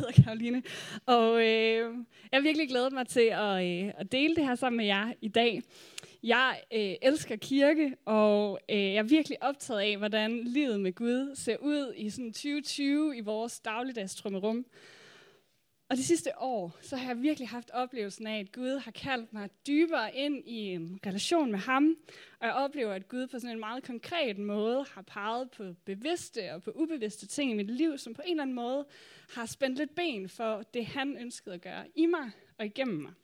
hedder Caroline, og jeg har virkelig glædet mig til at dele det her sammen med jer i dag. Jeg elsker kirke, og jeg er virkelig optaget af, hvordan livet med Gud ser ud i sådan 2020 i vores dagligdags trummerum. Og de sidste år, så har jeg virkelig haft oplevelsen af, at Gud har kaldt mig dybere ind i en relation med ham. Og jeg oplever, at Gud på sådan en meget konkret måde har peget på bevidste og på ubevidste ting i mit liv, som på en eller anden måde har spændt lidt ben for det, han ønskede at gøre i mig og igennem mig.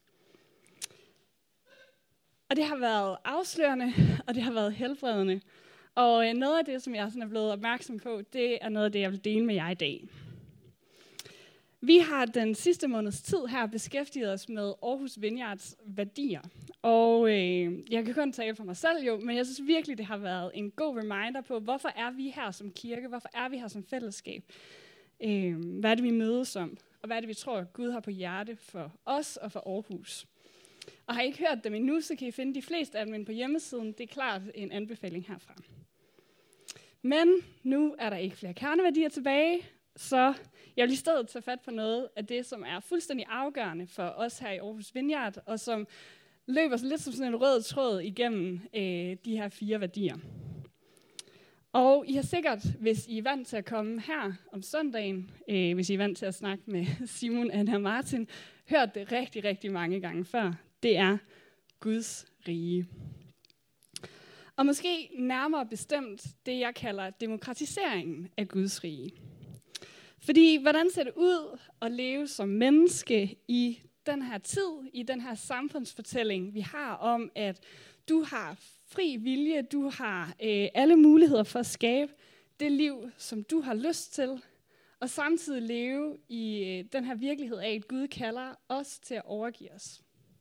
Og det har været afslørende, og det har været helbredende. Og noget af det, som jeg sådan er blevet opmærksom på, det er noget af det, jeg vil dele med jer i dag. Vi har den sidste måneds tid her beskæftiget os med Aarhus Vineyards værdier. Og jeg kan kun tale for mig selv jo, men jeg synes virkelig, det har været en god reminder på, hvorfor er vi her som kirke, hvorfor er vi her som fællesskab. Hvad er det, vi mødes om, og hvad er det, vi tror, Gud har på hjerte for os og for Aarhus. Og har I ikke hørt dem endnu, så kan I finde de fleste af dem inde på hjemmesiden. Det er klart en anbefaling herfra. Men nu er der ikke flere kerneværdier tilbage, så jeg vil i stedet tage fat på noget af det, som er fuldstændig afgørende for os her i Aarhus Vineyard, og som løber lidt som sådan en rød tråd igennem de her 4 værdier. Og I har sikkert, hvis I er vant til at komme her om søndagen, hvis I er vant til at snakke med Simon, Anna og Martin, hørt det rigtig, rigtig mange gange før. Det er Guds rige. Og måske nærmere bestemt det, jeg kalder demokratiseringen af Guds rige. Fordi hvordan ser det ud at leve som menneske i den her tid, i den her samfundsfortælling, vi har om, at du har fri vilje, du har alle muligheder for at skabe det liv, som du har lyst til, og samtidig leve i den her virkelighed af, at Gud kalder os til at overgive os.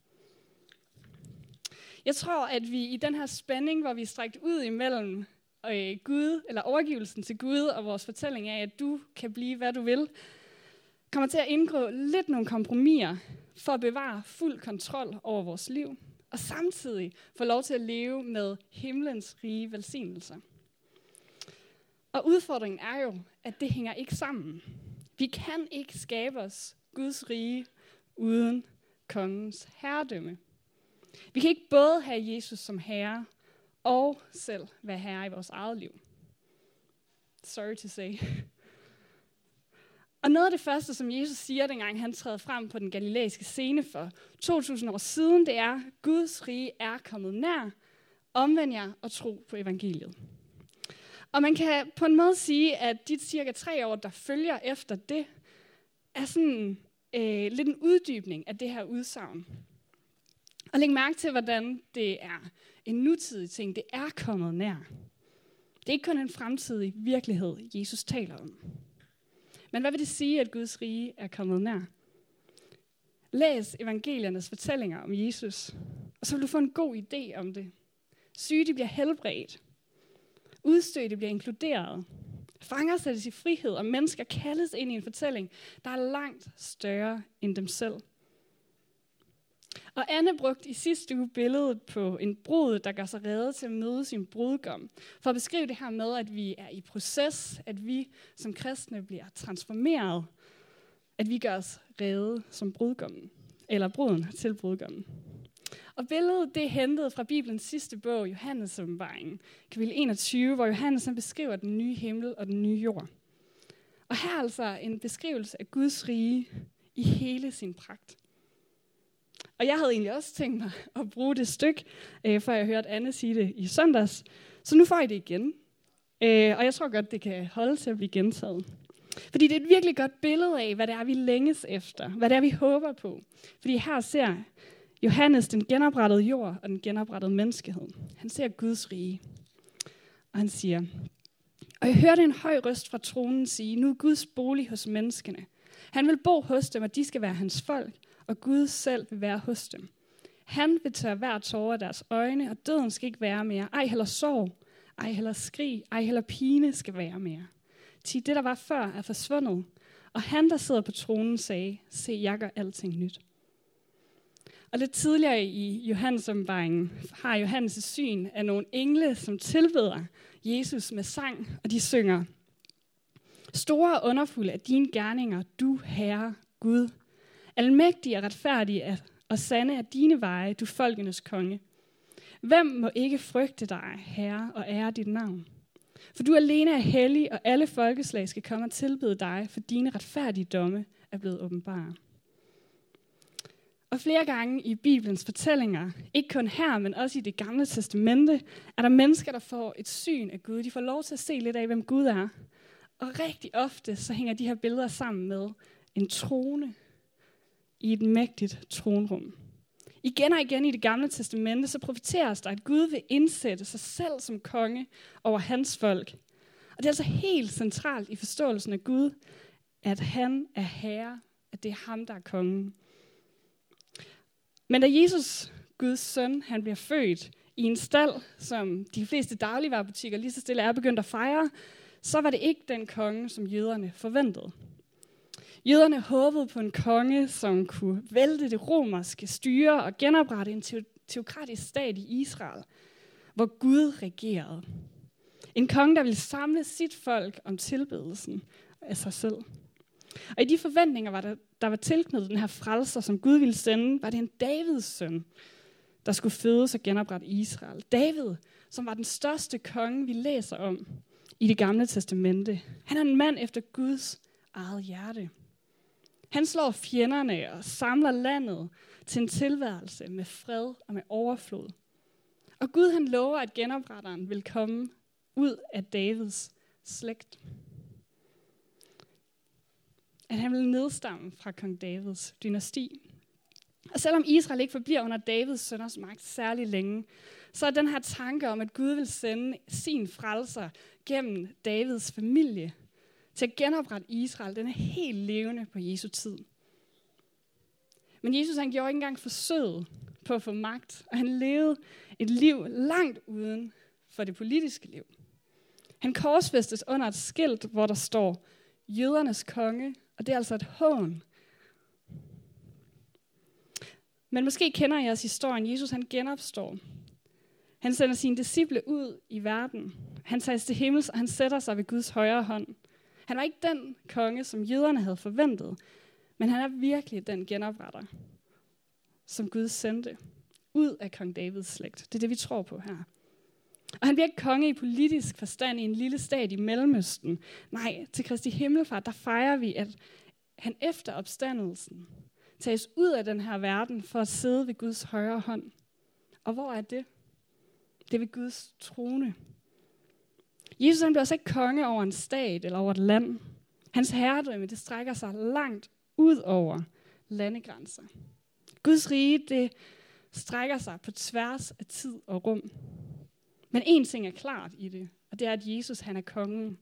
Jeg tror, at vi i den her spænding, hvor vi er strækt ud imellem Gud, eller overgivelsen til Gud og vores fortælling af, at du kan blive, hvad du vil, kommer til at indgå lidt nogle kompromiser for at bevare fuld kontrol over vores liv, og samtidig få lov til at leve med himlens rige velsignelser. Og udfordringen er jo, at det hænger ikke sammen. Vi kan ikke skabe os Guds rige uden kongens herredømme. Vi kan ikke både have Jesus som herre, og selv være herre i vores eget liv. Sorry to say. Og noget af det første, som Jesus siger, dengang han træder frem på den galilæiske scene for 2000 år siden, det er, Guds rige er kommet nær. Omvend jer og tro på evangeliet. Og man kan på en måde sige, at de cirka 3 år, der følger efter det, er sådan lidt en uddybning af det her udsagn. Og læg mærke til, hvordan det er en nutidig ting. Det er kommet nær. Det er ikke kun en fremtidig virkelighed, Jesus taler om. Men hvad vil det sige, at Guds rige er kommet nær? Læs evangeliernes fortællinger om Jesus, og så vil du få en god idé om det. Syge, de bliver helbredt. Udstødte bliver inkluderet. Fanger sættes i frihed, og mennesker kaldes ind i en fortælling, der er langt større end dem selv. Og Anne brugte i sidste uge billedet på en brud, der gør sig rede til at møde sin brudgom. For at beskrive det her med, at vi er i proces, at vi som kristne bliver transformeret, at vi gør os rede som brudgommen, eller bruden til brudgommen. Og billedet det er hentet fra Bibelens sidste bog, Johannes åbenbaringen, kapitel 21, hvor Johannes beskriver den nye himmel og den nye jord. Og her er altså en beskrivelse af Guds rige i hele sin pragt. Og jeg havde egentlig også tænkt mig at bruge det stykke, før jeg hørte Anne sige det i søndags. Så nu får I det igen. Og jeg tror godt, det kan holde til at blive gentaget. Fordi det er et virkelig godt billede af, hvad det er, vi længes efter. Hvad det er, vi håber på. Fordi her ser Johannes den genoprettede jord og den genoprettede menneskehed. Han ser Guds rige. Og han siger, og jeg hørte en høj røst fra tronen sige, nu er Guds bolig hos menneskene. Han vil bo hos dem, og de skal være hans folk. Og Gud selv vil være hos dem. Han vil tørre hver tåre af deres øjne, og døden skal ikke være mere. Ej heller sorg, ej heller skrig, ej heller pine skal være mere. Til det, der var før, er forsvundet. Og han, der sidder på tronen, sagde, se, jeg gør alting nyt. Og lidt tidligere i Johannes åbenbaringen har Johannes et syn af nogle engle, som tilbeder Jesus med sang, og de synger, Store og underfulde er dine gerninger, du Herre Gud. Almægtig og retfærdig og sande er dine veje, du folkenes konge. Hvem må ikke frygte dig, Herre, og ære dit navn? For du alene er hellig, og alle folkeslag skal komme og tilbede dig, for dine retfærdige domme er blevet åbenbare. Og flere gange i Bibelens fortællinger, ikke kun her, men også i Det Gamle Testamente, er der mennesker, der får et syn af Gud. De får lov til at se lidt af, hvem Gud er. Og rigtig ofte så hænger de her billeder sammen med en trone i et mægtigt tronrum. Igen og igen i Det Gamle Testamente, så profeteres der, at Gud vil indsætte sig selv som konge over hans folk. Og det er altså helt centralt i forståelsen af Gud, at han er herre, at det er ham, der er kongen. Men da Jesus, Guds søn, han bliver født i en stald, som de fleste dagligvarebutikker lige så stille er begyndt at fejre, så var det ikke den konge, som jøderne forventede. Jøderne håbede på en konge, som kunne vælte det romerske styre og genoprette en teokratisk stat i Israel, hvor Gud regerede. En konge, der ville samle sit folk om tilbedelsen af sig selv. Og i de forventninger, der var tilknyttet den her frelser, som Gud ville sende, var det en Davids søn, der skulle fødes og genoprette Israel. David, som var den største konge, vi læser om i Det Gamle Testamente. Han er en mand efter Guds eget hjerte. Han slår fjenderne og samler landet til en tilværelse med fred og med overflod. Og Gud han lover, at genopretteren vil komme ud af Davids slægt. At han vil nedstamme fra kong Davids dynasti. Og selvom Israel ikke forbliver under Davids sønners magt særlig længe, så er den her tanke om, at Gud vil sende sin frelser gennem Davids familie til at genoprette Israel, den er helt levende på Jesu tid. Men Jesus han gjorde ikke engang forsøget på at få magt, og han levede et liv langt uden for det politiske liv. Han korsfæstes under et skilt, hvor der står jødernes konge, og det er altså et hån. Men måske kender I også historien. Jesus han genopstår. Han sender sine disciple ud i verden. Han tages til himmels, og han sætter sig ved Guds højre hånd. Han var ikke den konge, som jøderne havde forventet, men han er virkelig den genopretter, som Gud sendte ud af kong Davids slægt. Det er det, vi tror på her. Og han bliver ikke konge i politisk forstand i en lille stat i Mellemøsten. Nej, til Kristi himmelfart, der fejrer vi, at han efter opstandelsen tages ud af den her verden for at sidde ved Guds højre hånd. Og hvor er det? Det er ved Guds trone. Jesus han bliver også ikke konge over en stat eller over et land. Hans herredømme, det strækker sig langt ud over landegrænser. Guds rige, det strækker sig på tværs af tid og rum. Men én ting er klart i det, og det er, at Jesus han er kongen.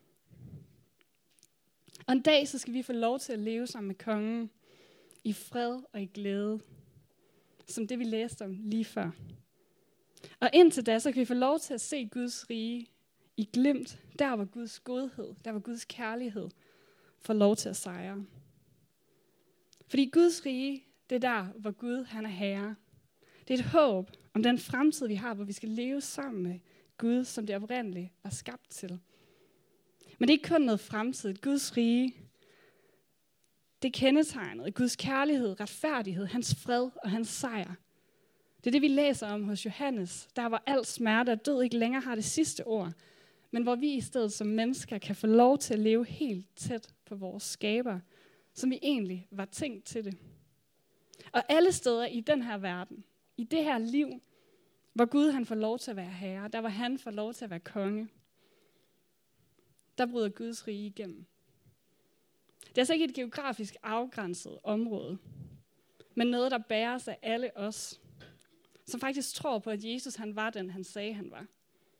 Og en dag, så skal vi få lov til at leve sammen med kongen i fred og i glæde, som det vi læste om lige før. Og indtil da, så kan vi få lov til at se Guds rige i glimt, der hvor Guds godhed, der hvor Guds kærlighed får lov til at sejre. Fordi Guds rige, det er der, hvor Gud han er herre. Det er et håb om den fremtid, vi har, hvor vi skal leve sammen med Gud, som det oprindeligt var skabt til. Men det er ikke kun noget fremtid. Guds rige, det er kendetegnet af Guds kærlighed, retfærdighed, hans fred og hans sejr. Det er det, vi læser om hos Johannes, der hvor al smerte og død ikke længere har det sidste ord, men hvor vi i stedet som mennesker kan få lov til at leve helt tæt på vores skaber, som vi egentlig var tænkt til det. Og alle steder i den her verden, i det her liv, hvor Gud han får lov til at være herre, der hvor han får lov til at være konge, der bryder Guds rige igennem. Det er altså ikke et geografisk afgrænset område, men noget, der bæres af alle os, som faktisk tror på, at Jesus han var den, han sagde, han var.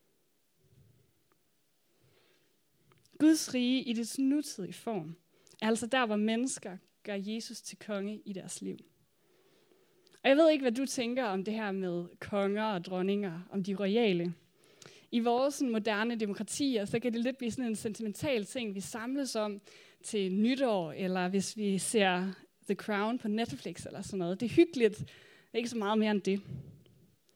Guds rige i dets nutidige form er altså der, hvor mennesker gør Jesus til konge i deres liv. Og jeg ved ikke, hvad du tænker om det her med konger og dronninger, om de royale. I vores moderne demokratier, så kan det lidt blive sådan en sentimental ting, vi samles om til nytår, eller hvis vi ser The Crown på Netflix eller sådan noget. Det er hyggeligt. Det er ikke så meget mere end det.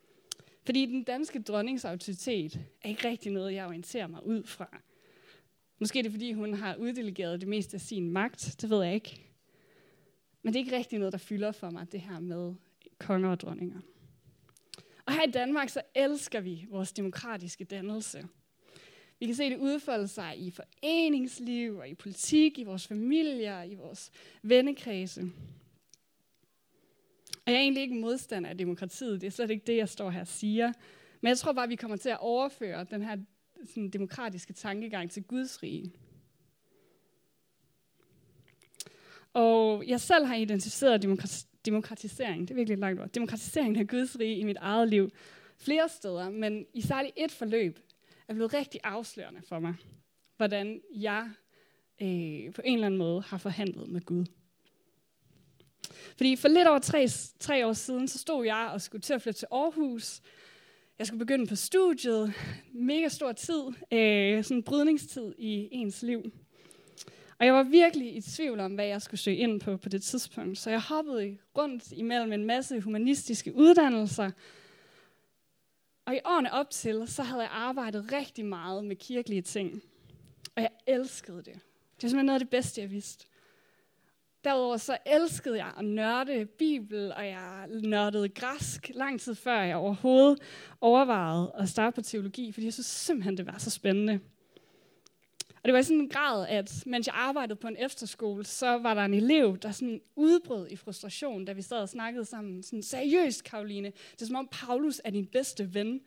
Fordi den danske dronnings autoritet er ikke rigtig noget, jeg orienterer mig ud fra. Måske er det, fordi hun har uddelegeret det meste af sin magt. Det ved jeg ikke. Men det er ikke rigtig noget, der fylder for mig, det her med konger og dronninger. Og her i Danmark, så elsker vi vores demokratiske dannelse. Vi kan se det udfolde sig i foreningsliv og i politik, i vores familier, i vores vennekredse. Og jeg er egentlig ikke modstander af demokratiet. Det er slet ikke det, jeg står her og siger. Men jeg tror bare, vi kommer til at overføre den her sådan, demokratiske tankegang til Guds rige. Og jeg selv har identificeret demokratisering, det er virkelig et langt ord, demokratisering af Guds rige i mit eget liv flere steder, men i særligt et forløb er blevet rigtig afslørende for mig, hvordan jeg på en eller anden måde har forhandlet med Gud. Fordi for lidt over 3 år siden, så stod jeg og skulle til at flytte til Aarhus. Jeg skulle begynde på studiet, mega stor tid, sådan en brydningstid i ens liv. Og jeg var virkelig i tvivl om, hvad jeg skulle søge ind på det tidspunkt. Så jeg hoppede rundt imellem en masse humanistiske uddannelser. Og i årene op til, så havde jeg arbejdet rigtig meget med kirkelige ting. Og jeg elskede det. Det var simpelthen noget af det bedste, jeg vidste. Derudover så elskede jeg at nørde Bibel, og jeg nørdede græsk lang tid før jeg overhovedet overvejede at starte på teologi, fordi jeg synes simpelthen, det var så spændende. Og det var i sådan en grad, at mens jeg arbejdede på en efterskole, så var der en elev, der sådan udbrød i frustration, da vi sad og snakkede sammen. Sådan, seriøst, Karoline, det er som om Paulus er din bedste ven.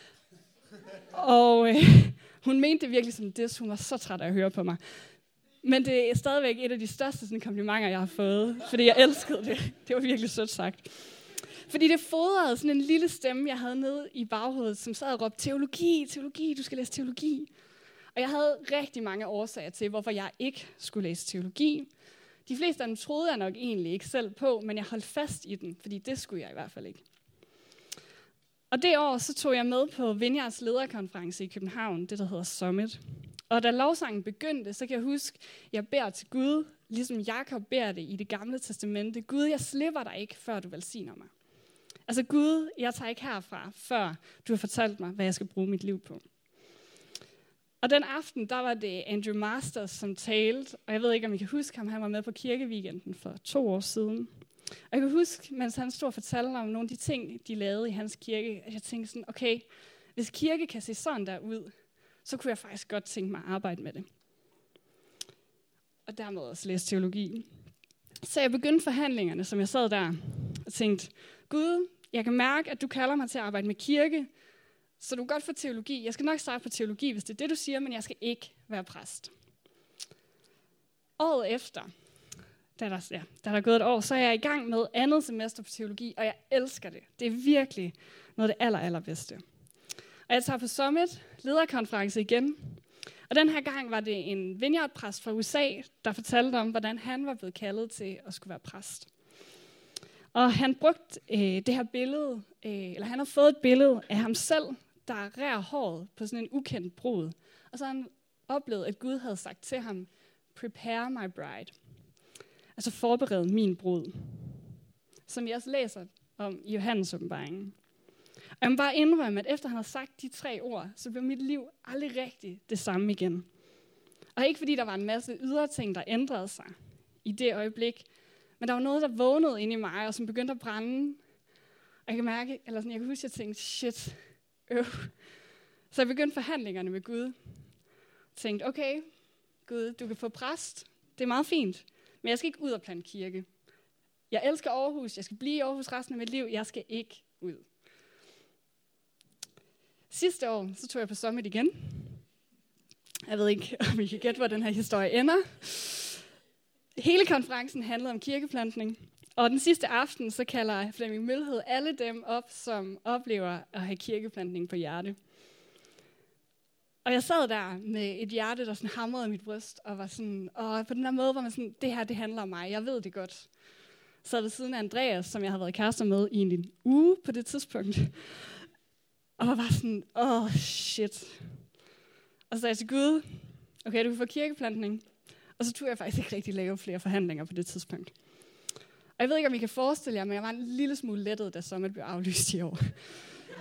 Og hun mente det virkelig som det, hun var så træt af at høre på mig. Men det er stadigvæk et af de største sådan, komplimenter, jeg har fået, fordi jeg elskede det. Det var virkelig sødt sagt. Fordi det fodrede sådan en lille stemme, jeg havde nede i baghovedet, som sad og råbte, teologi, teologi, du skal læse teologi. Og jeg havde rigtig mange årsager til, hvorfor jeg ikke skulle læse teologi. De fleste af dem troede jeg nok egentlig ikke selv på, men jeg holdt fast i den, fordi det skulle jeg i hvert fald ikke. Og det år, så tog jeg med på Vineyards lederkonference i København, det der hedder Summit. Og da lovsangen begyndte, så kan jeg huske, jeg beder til Gud, ligesom Jakob beder det i det gamle testamente. Gud, jeg slipper dig ikke, før du velsigner mig. Altså Gud, jeg tager ikke herfra, før du har fortalt mig, hvad jeg skal bruge mit liv på. Og den aften, der var det Andrew Masters, som talte, og jeg ved ikke, om I kan huske ham, han var med på kirkeweekenden for 2 år siden. Og jeg kan huske, mens han stod og fortalte om nogle af de ting, de lavede i hans kirke, at jeg tænkte sådan, okay, hvis kirke kan se sådan der ud, så kunne jeg faktisk godt tænke mig at arbejde med det. Og dermed også læse teologi. Så jeg begyndte forhandlingerne, som jeg sad der og tænkte, Gud, jeg kan mærke, at du kalder mig til at arbejde med kirke, så du kan godt få teologi. Jeg skal nok starte på teologi, hvis det er det, du siger, men jeg skal ikke være præst. Året efter, da der er gået et år, så er jeg i gang med 2. semester på teologi, og jeg elsker det. Det er virkelig noget af det allerbedste. Og jeg tager på Summit, lederkonference igen. Og den her gang var det en Vineyard-præst fra USA, der fortalte om, hvordan han var blevet kaldet til at skulle være præst. Og han brugte det her billede, eller han har fået et billede af ham selv, der rær håret på sådan en ukendt brud. Og så har han oplevet, at Gud havde sagt til ham, prepare my bride. Altså forbered min brud. Som jeg også læser om i Johannes åbenbaringen. Og jeg må bare indrømme, at efter han havde sagt de 3 ord, så blev mit liv aldrig rigtig det samme igen. Og ikke fordi der var en masse ydre ting, der ændrede sig i det øjeblik, men der var noget, der vågnede inde i mig, og som begyndte at brænde. Og jeg kan mærke, eller sådan, jeg kan huske, at jeg tænkte, shit, Så jeg begyndte forhandlingerne med Gud. Jeg tænkte, okay, Gud, du kan få præst. Det er meget fint, men jeg skal ikke ud og plante kirke. Jeg elsker Aarhus, jeg skal blive i Aarhus resten af mit liv, jeg skal ikke ud. Sidste år, så tog jeg på Summit igen. Jeg ved ikke, om I kan gætte, hvor den her historie ender. Hele konferencen handlede om kirkeplantning. Og den sidste aften, så kalder Flemming Mølhed alle dem op, som oplever at have kirkeplantning på hjerte. Og jeg sad der med et hjerte, der sådan hamrede i mit bryst, og var sådan, og på den her måde var man sådan, det her, det handler om mig, jeg ved det godt. Jeg sad ved siden af Andreas, som jeg havde været kærester med i en uge på det tidspunkt. Og var sådan, shit. Og så sagde jeg til Gud, okay, du kan få kirkeplantning. Og så tog jeg faktisk ikke rigtig lave flere forhandlinger på det tidspunkt. Og jeg ved ikke, om I kan forestille jer, men jeg var en lille smule lettet, da Summit blev aflyst i år.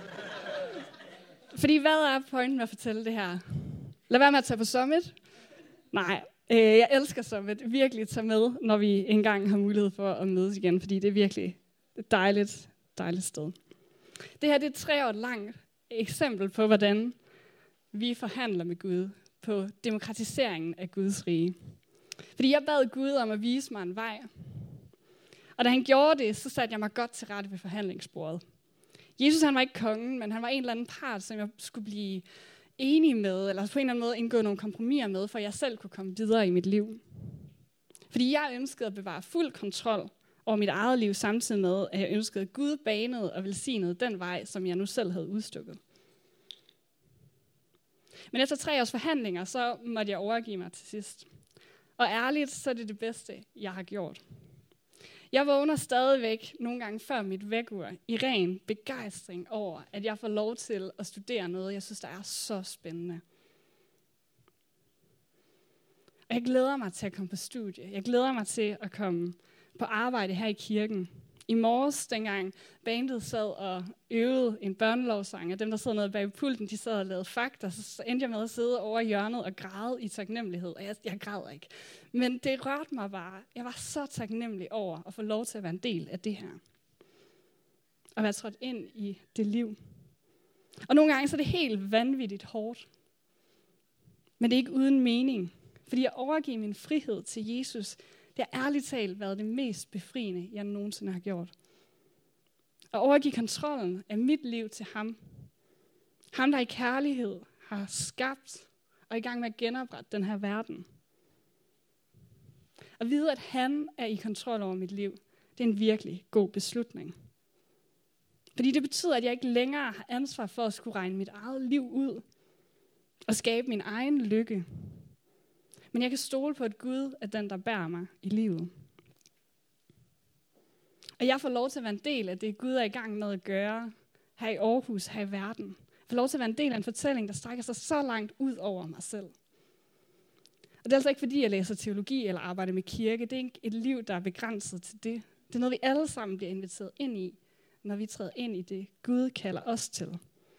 Fordi hvad er pointen med at fortælle det her? Lad være med at tage på Summit. Nej, jeg elsker så at virkelig tage med, når vi engang har mulighed for at mødes igen, fordi det er virkelig et dejligt sted. Det her det er et 3 år langt eksempel på, hvordan vi forhandler med Gud på demokratiseringen af Guds rige. Fordi jeg bad Gud om at vise mig en vej. Og da han gjorde det, så satte jeg mig godt til rette ved forhandlingsbordet. Jesus han var ikke kongen, men han var en eller anden part, som jeg skulle blive enig med, eller på en eller anden måde indgå nogle kompromiser med, for jeg selv kunne komme videre i mit liv. Fordi jeg ønskede at bevare fuld kontrol over mit eget liv, samtidig med, at jeg ønskede, at Gud banede og velsignede den vej, som jeg nu selv havde udstukket. Men efter 3 års forhandlinger, så måtte jeg overgive mig til sidst. Og ærligt, så er det det bedste, jeg har gjort. Jeg vågner stadigvæk nogle gange før mit vækkeur i ren begejstring over, at jeg får lov til at studere noget, jeg synes, der er så spændende. Og jeg glæder mig til at komme på studie. Jeg glæder mig til at komme på arbejde her i kirken. I morges, dengang bandet sad og øvede en børnelovsang, og dem, der sad nede bag pulten, de sad og lavede fakta, så endte jeg med at sidde over i hjørnet og græde i taknemmelighed. Og jeg græd ikke. Men det rørte mig bare. Jeg var så taknemmelig over at få lov til at være en del af det her. Og være trådt ind i det liv. Og nogle gange så er det helt vanvittigt hårdt. Men det er ikke uden mening. Fordi at overgive min frihed til Jesus, det har ærligt talt været det mest befriende, jeg nogensinde har gjort. At overgive kontrollen af mit liv til ham. Ham, der i kærlighed har skabt og er i gang med at genoprette den her verden. At vide, at han er i kontrol over mit liv, det er en virkelig god beslutning. Fordi det betyder, at jeg ikke længere har ansvar for at skulle regne mit eget liv ud og skabe min egen lykke. Men jeg kan stole på, at Gud er den, der bærer mig i livet. Og jeg får lov til at være en del af det, Gud er i gang med at gøre her i Aarhus, her i verden. Jeg får lov til at være en del af en fortælling, der strækker sig så langt ud over mig selv. Og det er altså ikke, fordi jeg læser teologi eller arbejder med kirke. Det er ikke et liv, der er begrænset til det. Det er noget, vi alle sammen bliver inviteret ind i, når vi træder ind i det, Gud kalder os til.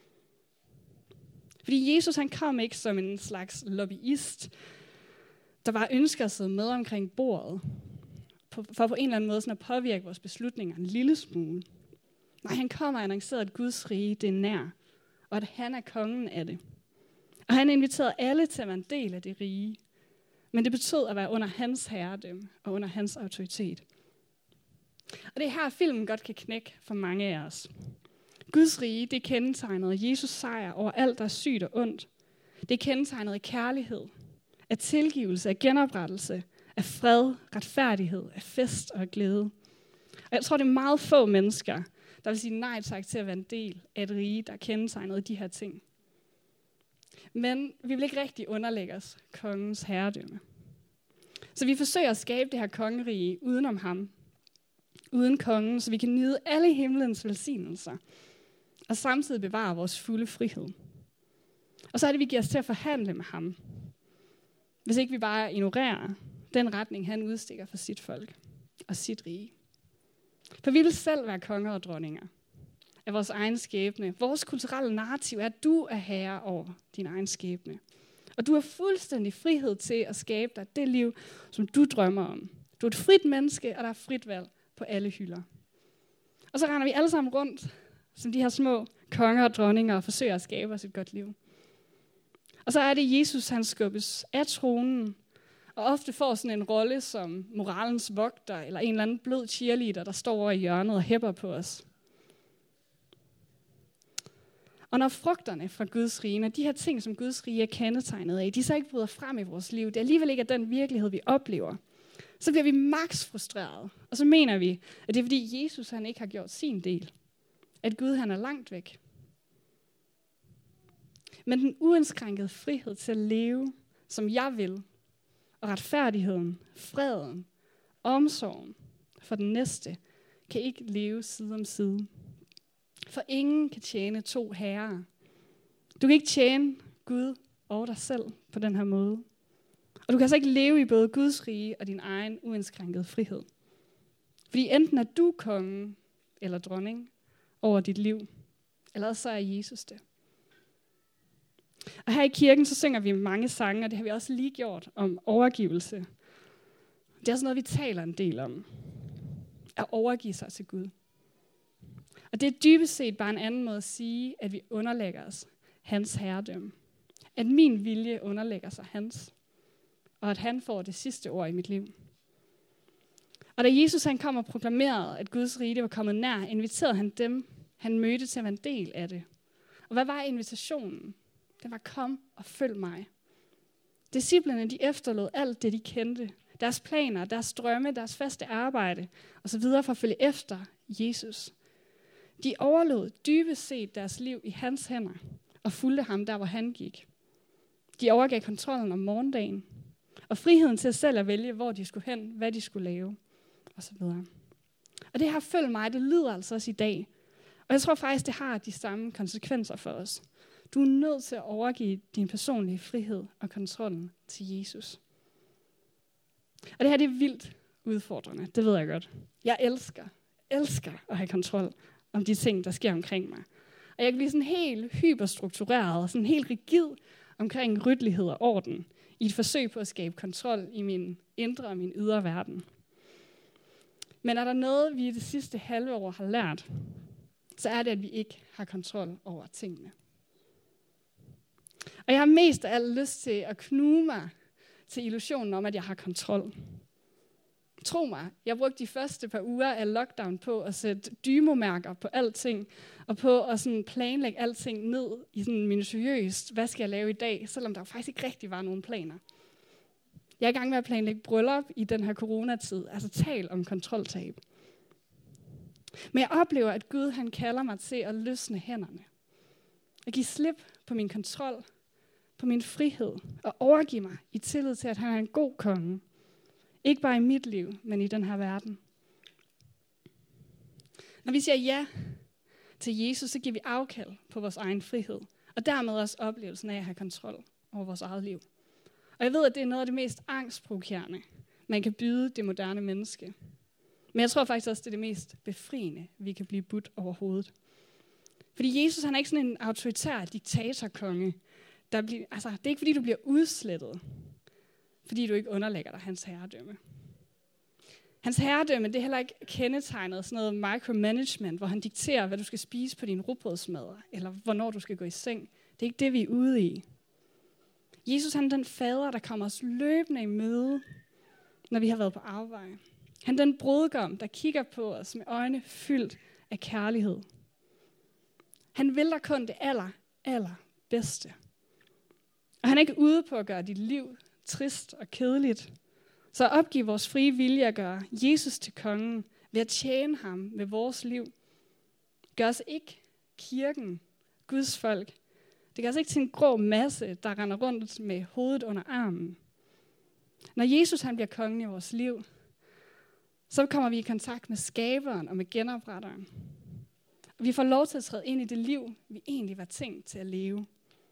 Fordi Jesus, han kom ikke som en slags lobbyist, der bare ønsker at sidde med omkring bordet, for på en eller anden måde sådan at påvirke vores beslutninger en lille smule. Nej, han kommer og annoncerer, at Guds rige, det er nær, og at han er kongen af det. Og han inviterede alle til at være en del af det rige, men det betød at være under hans herredømme og under hans autoritet. Og det er her, filmen godt kan knække for mange af os. Guds rige, det er kendetegnet af Jesus sejr over alt, der er sygt og ondt. Det er kendetegnet af kærlighed, af tilgivelse, af genoprettelse, af fred, retfærdighed, af fest og glæde. Og jeg tror, det er meget få mennesker, der vil sige nej tak til at være en del af et rige, der er kendetegnet af de her ting. Men vi vil ikke rigtig underlægge os kongens herredømme. Så vi forsøger at skabe det her kongerige udenom ham, uden kongen, så vi kan nyde alle himlens velsignelser, og samtidig bevare vores fulde frihed. Og så er det, vi giver os til at forhandle med ham, hvis ikke vi bare ignorerer den retning, han udstikker for sit folk og sit rige. For vi vil selv være konger og dronninger af vores egen skæbne. Vores kulturelle narrativ er, at du er herre over din egen skæbne. Og du har fuldstændig frihed til at skabe dig det liv, som du drømmer om. Du er et frit menneske, og der er frit valg på alle hylder. Og så render vi alle sammen rundt som de her små konger og dronninger og forsøger at skabe os et godt liv. Og så er det Jesus, han skubbes af tronen, og ofte får sådan en rolle som moralens vogter, eller en eller anden blød cheerleader, der står over i hjørnet og hæpper på os. Og når frugterne fra Guds rige, når de her ting, som Guds rige er kendetegnet af, de så ikke bryder frem i vores liv, det er alligevel ikke den virkelighed, vi oplever, så bliver vi maks frustrerede. Og så mener vi, at det er fordi Jesus, han ikke har gjort sin del. At Gud, han er langt væk. Men den uindskrænkede frihed til at leve, som jeg vil, og retfærdigheden, freden, omsorgen for den næste, kan ikke leve side om side. For ingen kan tjene 2 herrer. Du kan ikke tjene Gud og dig selv på den her måde. Og du kan altså ikke leve i både Guds rige og din egen uindskrænkede frihed. Fordi enten er du konge eller dronning over dit liv, eller så er Jesus det. Og her i kirken, så synger vi mange sange, og det har vi også lige gjort om overgivelse. Det er også noget, vi taler en del om. At overgive sig til Gud. Og det er dybest set bare en anden måde at sige, at vi underlægger os hans herredømme. At min vilje underlægger sig hans. Og at han får det sidste ord i mit liv. Og da Jesus han kom og proklamerede, at Guds rige var kommet nær, inviterede han dem, han mødte til at være en del af det. Og hvad var invitationen? Det var, kom og følg mig. Disciplene, de efterlod alt det, de kendte. Deres planer, deres drømme, deres faste arbejde osv. for at følge efter Jesus. De overlod dybest set deres liv i hans hænder og fulgte ham der, hvor han gik. De overgav kontrollen om morgendagen og friheden til selv at vælge, hvor de skulle hen, hvad de skulle lave osv. Og det her følg mig, det lyder altså også i dag. Og jeg tror faktisk, det har de samme konsekvenser for os. Du er nødt til at overgive din personlige frihed og kontrollen til Jesus. Og det her, det er vildt udfordrende, det ved jeg godt. Jeg elsker at have kontrol om de ting, der sker omkring mig. Og jeg kan blive sådan helt hyperstruktureret, sådan helt rigid omkring ryddelighed og orden, i et forsøg på at skabe kontrol i min indre og min ydre verden. Men er der noget, vi i det sidste halve år har lært, så er det, at vi ikke har kontrol over tingene. Og jeg har mest af alt lyst til at knuge mig til illusionen om, at jeg har kontrol. Tro mig, jeg brugte de første par uger af lockdown på at sætte dymomærker på alting, og på at sådan planlægge alting ned i sådan minutiøst, hvad skal jeg lave i dag, selvom der faktisk ikke rigtig var nogen planer. Jeg er i gang med at planlægge bryllup i den her coronatid, altså tal om kontroltab. Men jeg oplever, at Gud han kalder mig til at løsne hænderne. At give slip på min kontrol, på min frihed, og overgive mig i tillid til, at han er en god konge. Ikke bare i mit liv, men i den her verden. Når vi siger ja til Jesus, så giver vi afkald på vores egen frihed. Og dermed også oplevelsen af at have kontrol over vores eget liv. Og jeg ved, at det er noget af det mest angstprovokerende, man kan byde det moderne menneske. Men jeg tror faktisk også, det er det mest befriende, vi kan blive budt overhovedet. Fordi Jesus, han er ikke sådan en autoritær diktatorkonge. Det er ikke fordi, du bliver udslettet, fordi du ikke underlægger dig hans herredømme. Hans herredømme, det er heller ikke kendetegnet af sådan noget micromanagement, hvor han dikterer, hvad du skal spise på din rugbrødsmadder, eller hvornår du skal gå i seng. Det er ikke det, vi er ude i. Jesus, han er den fader, der kommer os løbende i møde, når vi har været på afvej. Han er den brudgom, der kigger på os med øjne fyldt af kærlighed. Han vil dig kun det aller bedste. Og han er ikke ude på at gøre dit liv trist og kedeligt. Så opgive vores frie vilje at gøre Jesus til kongen ved at tjene ham med vores liv. Gør os ikke kirken, Guds folk. Det gør os ikke til en grå masse, der render rundt med hovedet under armen. Når Jesus han bliver kongen i vores liv, så kommer vi i kontakt med skaberen og med genopretteren. Og vi får lov til at træde ind i det liv, vi egentlig var tænkt til at leve.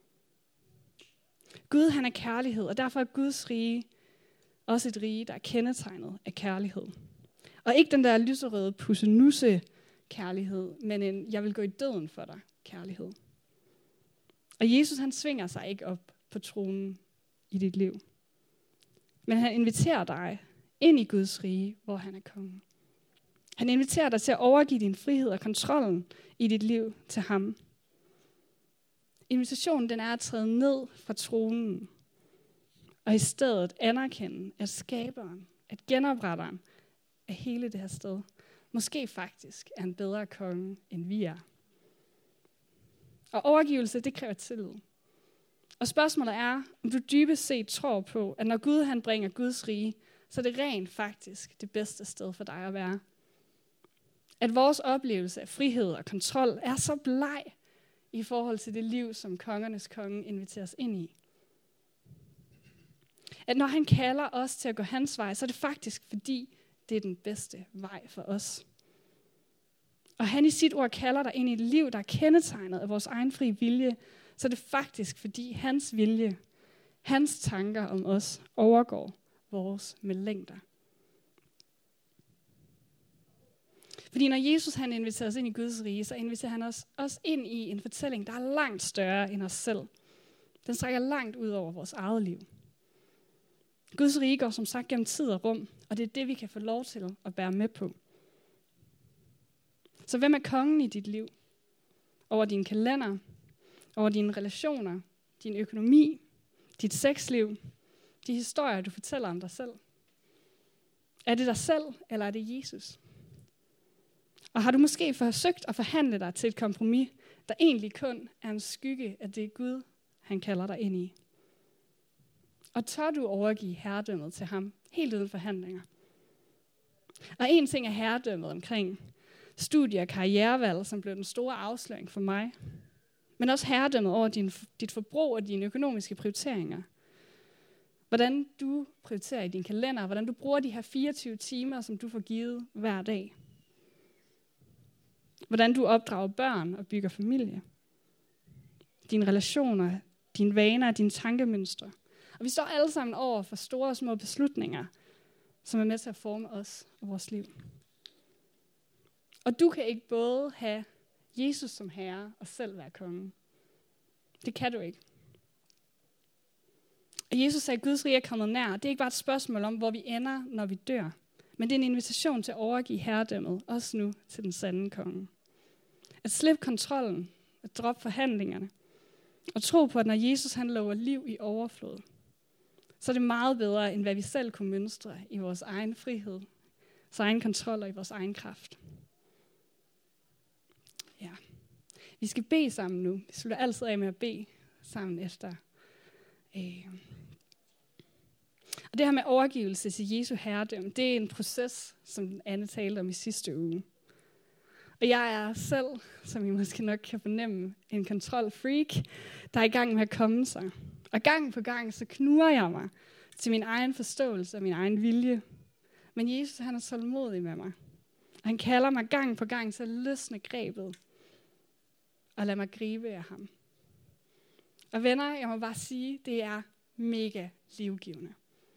Gud han er kærlighed, og derfor er Guds rige også et rige, der er kendetegnet af kærlighed. Og ikke den der lyserøde pussenusse kærlighed, men en jeg vil gå i døden for dig kærlighed. Og Jesus han svinger sig ikke op på tronen i dit liv. Men han inviterer dig ind i Guds rige, hvor han er kongen. Han inviterer dig til at overgive din frihed og kontrollen i dit liv til ham. Invitationen den er at træde ned fra tronen, og i stedet anerkende, at skaberen, at genopretteren af hele det her sted, måske faktisk er en bedre konge, end vi er. Og overgivelse, det kræver tillid. Og spørgsmålet er, om du dybest set tror på, at når Gud han bringer Guds rige, så er det rent faktisk det bedste sted for dig at være. At vores oplevelse af frihed og kontrol er så bleg i forhold til det liv, som kongernes konge inviterer os ind i. At når han kalder os til at gå hans vej, så er det faktisk fordi, det er den bedste vej for os. Og han i sit ord kalder dig ind i et liv, der er kendetegnet af vores egen fri vilje, så er det faktisk fordi hans vilje, hans tanker om os, overgår vores med længder. Fordi når Jesus han inviterer os ind i Guds rige, så inviterer han os også ind i en fortælling, der er langt større end os selv. Den strækker langt ud over vores eget liv. Guds rige går som sagt gennem tid og rum, og det er det, vi kan få lov til at bære med på. Så hvem er kongen i dit liv? Over din kalender, over dine relationer, din økonomi, dit sexliv, de historier, du fortæller om dig selv. Er det dig selv, eller er det Jesus? Og har du måske forsøgt at forhandle dig til et kompromis, der egentlig kun er en skygge af det Gud, han kalder dig ind i? Og tør du overgive herredømmet til ham, helt uden forhandlinger? Og en ting er herredømmet omkring studie- og karrierevalg, som blev den store afsløring for mig. Men også herredømmet over dit forbrug og dine økonomiske prioriteringer. Hvordan du prioriterer i din kalender, hvordan du bruger de her 24 timer, som du får givet hver dag. Hvordan du opdrager børn og bygger familie. Dine relationer, dine vaner, dine tankemønstre. Og vi står alle sammen over for store og små beslutninger, som er med til at forme os og vores liv. Og du kan ikke både have Jesus som herre og selv være konge. Det kan du ikke. Og Jesus sagde, at Guds rige er kommet nær. Det er ikke bare et spørgsmål om, hvor vi ender, når vi dør. Men det er en invitation til at overgive herredømmet, også nu til den sande konge. At slippe kontrollen, at droppe forhandlingerne, og tro på, at når Jesus han lover liv i overflod, så er det meget bedre, end hvad vi selv kunne mønstre i vores egen frihed, vores egen kontrol og i vores egen kraft. Ja. Vi skal bede sammen nu. Vi slutter altid af med at bede sammen efter. Og det her med overgivelse til Jesu herredømme, det er en proces, som Anne talte om i sidste uge. Og jeg er selv, som I måske nok kan fornemme, en kontrolfreak, der er i gang med at komme sig. Og gang på gang, så knuger jeg mig til min egen forståelse og min egen vilje. Men Jesus, han er tålmodig med mig. Og han kalder mig gang på gang til at løsne grebet og lade mig gribe af ham. Og venner, jeg må bare sige, det er mega livgivende.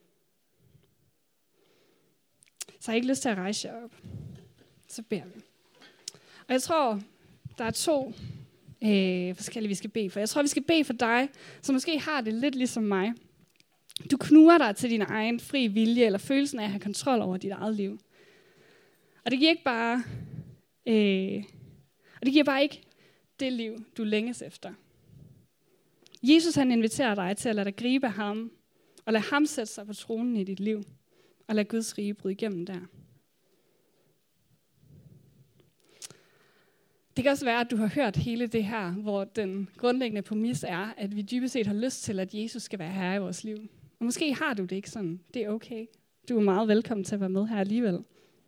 Så har I ikke lyst til at rejse jer op? Så beder vi. Og jeg tror, der er 2 forskellige, vi skal bede for. Jeg tror, vi skal bede for dig, som måske har det lidt ligesom mig. Du knuger dig til din egen fri vilje, eller følelsen af at have kontrol over dit eget liv. Og det giver ikke bare, ikke det liv, du længes efter. Jesus han inviterer dig til at lade dig gribe ham, og lade ham sætte sig på tronen i dit liv, og lade Guds rige bryde igennem der. Det kan også være, at du har hørt hele det her, hvor den grundlæggende præmis er, at vi dybest set har lyst til, at Jesus skal være herre i vores liv. Og måske har du det ikke sådan. Det er okay. Du er meget velkommen til at være med her alligevel.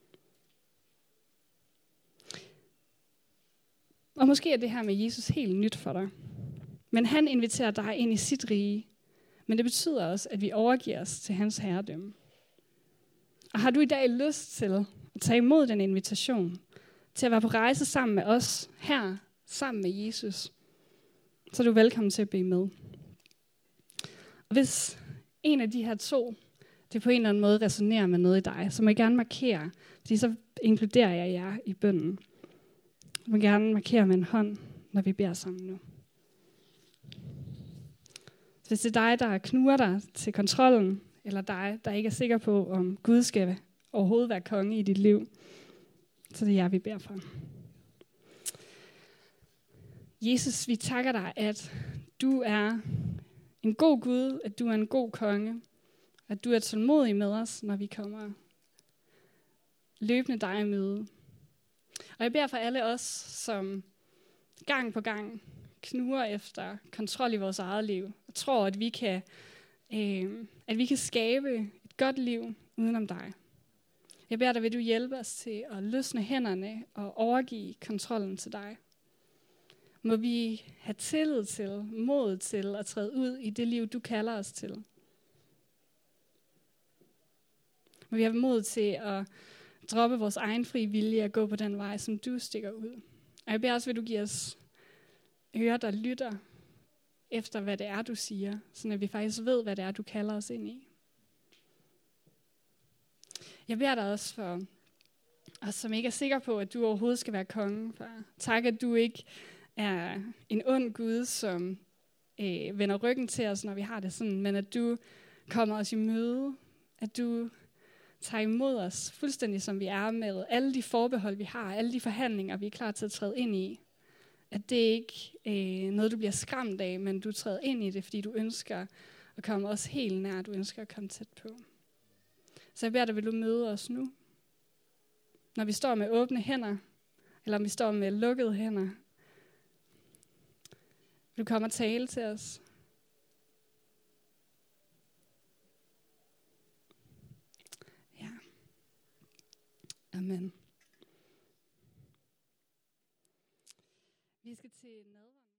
Og måske er det her med Jesus helt nyt for dig. Men han inviterer dig ind i sit rige. Men det betyder også, at vi overgiver os til hans herredømme. Og har du i dag lyst til at tage imod den invitation, til at være på rejse sammen med os her, sammen med Jesus, så er du velkommen til at bede med. Og hvis en af de her 2, det på en eller anden måde resonerer med noget i dig, så må I gerne markere, fordi så inkluderer jeg jer i bønnen. Du må gerne markere med en hånd, når vi beder sammen nu. Så hvis det er dig, der knuger dig til kontrollen, eller dig, der ikke er sikker på, om Gud skal overhovedet være konge i dit liv, så det er jer, vi beder for. Jesus, vi takker dig, at du er en god Gud, at du er en god konge, at du er tålmodig med os, når vi kommer løbende dig i møde. Og jeg beder for alle os, som gang på gang knuger efter kontrol i vores eget liv, og tror, at vi kan skabe et godt liv udenom dig. Jeg beder dig, vil du hjælpe os til at løsne hænderne og overgive kontrollen til dig. Må vi have tillid til, mod til at træde ud i det liv, du kalder os til. Må vi have mod til at droppe vores egen fri vilje og gå på den vej, som du stikker ud. Og jeg beder også, vil du give os ører, der lytter efter, hvad det er, du siger, så vi faktisk ved, hvad det er, du kalder os ind i. Jeg beder dig også for os, som ikke er sikre på, at du overhovedet skal være konge. Tak, at du ikke er en ond Gud, som vender ryggen til os, når vi har det sådan, men at du kommer os i møde, at du tager imod os fuldstændig som vi er, med alle de forbehold, vi har, alle de forhandlinger, vi er klar til at træde ind i. At det ikke er noget, du bliver skræmt af, men du træder ind i det, fordi du ønsker at komme os helt nær, du ønsker at komme tæt på. Så jeg beder dig, vil du møde os nu? Når vi står med åbne hænder, eller om vi står med lukkede hænder. Vil du komme og tale til os? Ja. Amen. Vi skal til nadveren.